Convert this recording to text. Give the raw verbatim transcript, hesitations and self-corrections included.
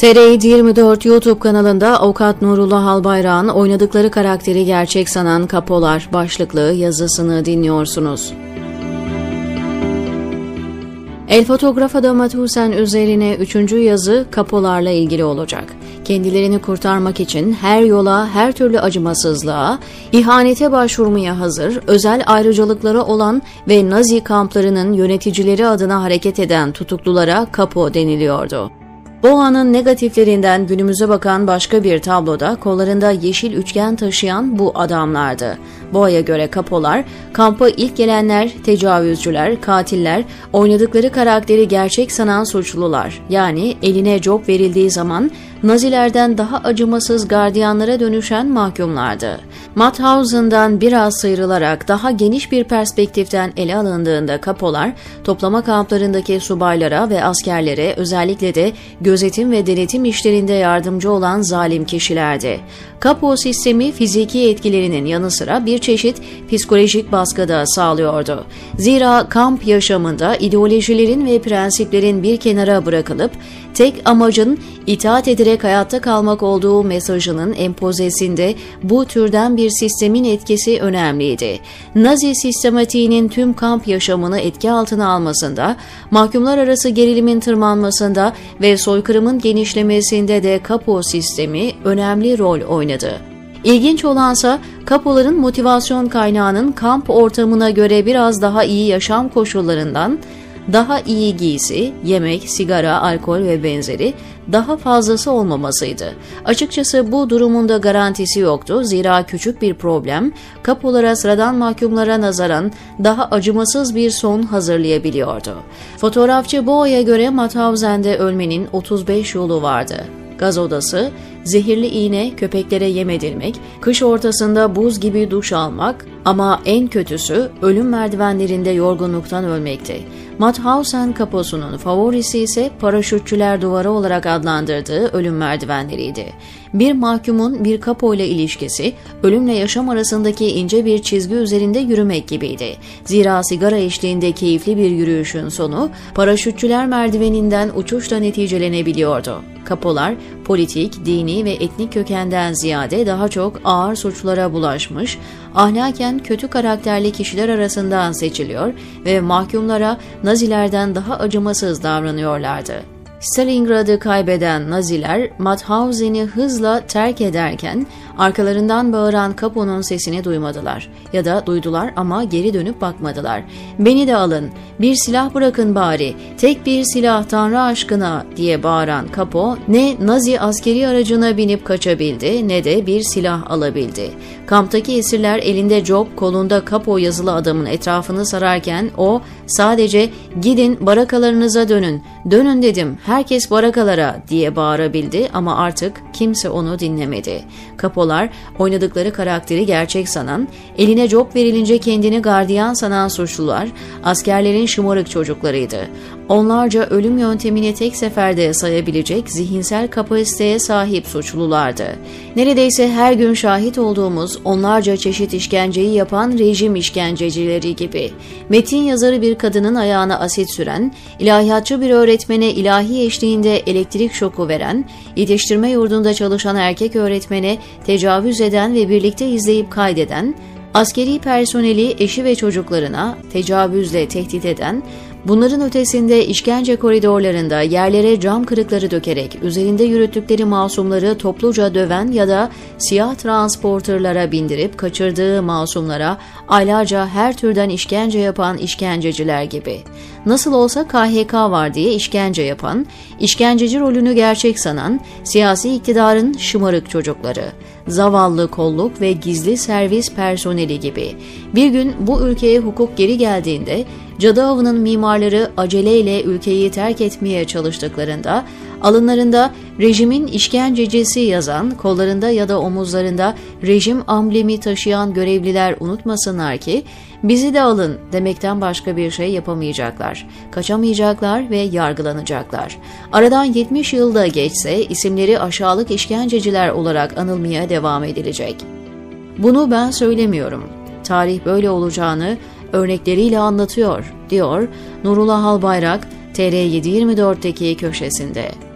T R yedi yirmi dört YouTube kanalında Avukat Nurullah Albayrak'ın oynadıkları karakteri gerçek sanan Kapolar başlıklı yazısını dinliyorsunuz. El fotoğraf adamı Tuğsen üzerine üçüncü yazı Kapolarla ilgili olacak. Kendilerini kurtarmak için her yola, her türlü acımasızlığa, ihanete başvurmaya hazır, özel ayrıcalıkları olan ve Nazi kamplarının yöneticileri adına hareket eden tutuklulara Kapo deniliyordu. Boğa'nın negatiflerinden günümüze bakan başka bir tabloda kollarında yeşil üçgen taşıyan bu adamlardı. Boğa'ya göre Kapolar, kampa ilk gelenler, tecavüzcüler, katiller, oynadıkları karakteri gerçek sanan suçlular, yani eline job verildiği zaman Nazilerden daha acımasız gardiyanlara dönüşen mahkumlardı. Mauthausen'dan biraz sıyrılarak daha geniş bir perspektiften ele alındığında Kapolar, toplama kamplarındaki subaylara ve askerlere özellikle de gözetim ve denetim işlerinde yardımcı olan zalim kişilerdi. Kapo sistemi fiziki etkilerinin yanı sıra bir çeşit psikolojik baskı da sağlıyordu. Zira kamp yaşamında ideolojilerin ve prensiplerin bir kenara bırakılıp tek amacın itaat ederek hayatta kalmak olduğu mesajının empozesinde bu türden bir sistemin etkisi önemliydi. Nazi sistematiğinin tüm kamp yaşamını etki altına almasında, mahkumlar arası gerilimin tırmanmasında ve soykırımın genişlemesinde de Kapo sistemi önemli rol oynadı. İlginç olansa Kapoların motivasyon kaynağının kamp ortamına göre biraz daha iyi yaşam koşullarından, daha iyi giysi, yemek, sigara, alkol ve benzeri daha fazlası olmamasıydı. Açıkçası bu durumun da garantisi yoktu. Zira küçük bir problem Kapolara sıradan mahkumlara nazaran daha acımasız bir son hazırlayabiliyordu. Fotoğrafçı Boğa'ya göre Mauthausen'de ölmenin otuz beş yolu vardı. Gaz odası, zehirli iğne, köpeklere yem edilmek, kış ortasında buz gibi duş almak ama en kötüsü ölüm merdivenlerinde yorgunluktan ölmekti. Mauthausen kaposunun favorisi ise paraşütçüler duvarı olarak adlandırdığı ölüm merdivenleriydi. Bir mahkumun bir kapo ile ilişkisi, ölümle yaşam arasındaki ince bir çizgi üzerinde yürümek gibiydi. Zira sigara eşliğinde keyifli bir yürüyüşün sonu, paraşütçüler merdiveninden uçuşla neticelenebiliyordu. Kapolar, politik, dini ve etnik kökenden ziyade daha çok ağır suçlara bulaşmış, ahlaken kötü karakterli kişiler arasından seçiliyor ve mahkumlara Nazilerden daha acımasız davranıyorlardı. Stalingrad'ı kaybeden Naziler, Mauthausen'i hızla terk ederken arkalarından bağıran Kapo'nun sesini duymadılar ya da duydular ama geri dönüp bakmadılar. "Beni de alın, bir silah bırakın bari, tek bir silah Tanrı aşkına" diye bağıran Kapo ne Nazi askeri aracına binip kaçabildi ne de bir silah alabildi. Kamptaki esirler elinde job, kolunda Kapo yazılı adamın etrafını sararken o sadece "Gidin barakalarınıza dönün, dönün dedim, herkes barakalara" diye bağırabildi ama artık kimse onu dinlemedi. Kapolar, oynadıkları karakteri gerçek sanan, eline job verilince kendini gardiyan sanan suçlular, askerlerin şımarık çocuklarıydı. Onlarca ölüm yöntemini tek seferde sayabilecek zihinsel kapasiteye sahip suçlulardı. Neredeyse her gün şahit olduğumuz onlarca çeşit işkenceyi yapan rejim işkencecileri gibi. Metin yazarı bir kadının ayağına asit süren, ilahiyatçı bir öğretmene ilahi eşliğinde elektrik şoku veren, yetiştirme yurdunda çalışan erkek öğretmene tecavüz eden ve birlikte izleyip kaydeden, askeri personeli eşi ve çocuklarına tecavüzle tehdit eden, bunların ötesinde işkence koridorlarında yerlere cam kırıkları dökerek üzerinde yürüttükleri masumları topluca döven ya da siyah transporterlara bindirip kaçırdığı masumlara aylarca her türden işkence yapan işkenceciler gibi. Nasıl olsa K H K var diye işkence yapan, işkenceci rolünü gerçek sanan, siyasi iktidarın şımarık çocukları, zavallı kolluk ve gizli servis personeli gibi. Bir gün bu ülkeye hukuk geri geldiğinde, cadı avının mimarları aceleyle ülkeyi terk etmeye çalıştıklarında, alınlarında rejimin işkencecisi yazan, kollarında ya da omuzlarında rejim amblemi taşıyan görevliler unutmasınlar ki, "Bizi de alın" demekten başka bir şey yapamayacaklar, kaçamayacaklar ve yargılanacaklar. Aradan yetmiş yılda geçse isimleri aşağılık işkenceciler olarak anılmaya devam edilecek. Bunu ben söylemiyorum. Tarih böyle olacağını örnekleriyle anlatıyor, diyor Nurullah Albayrak T R yedi yirmi dört'teki köşesinde.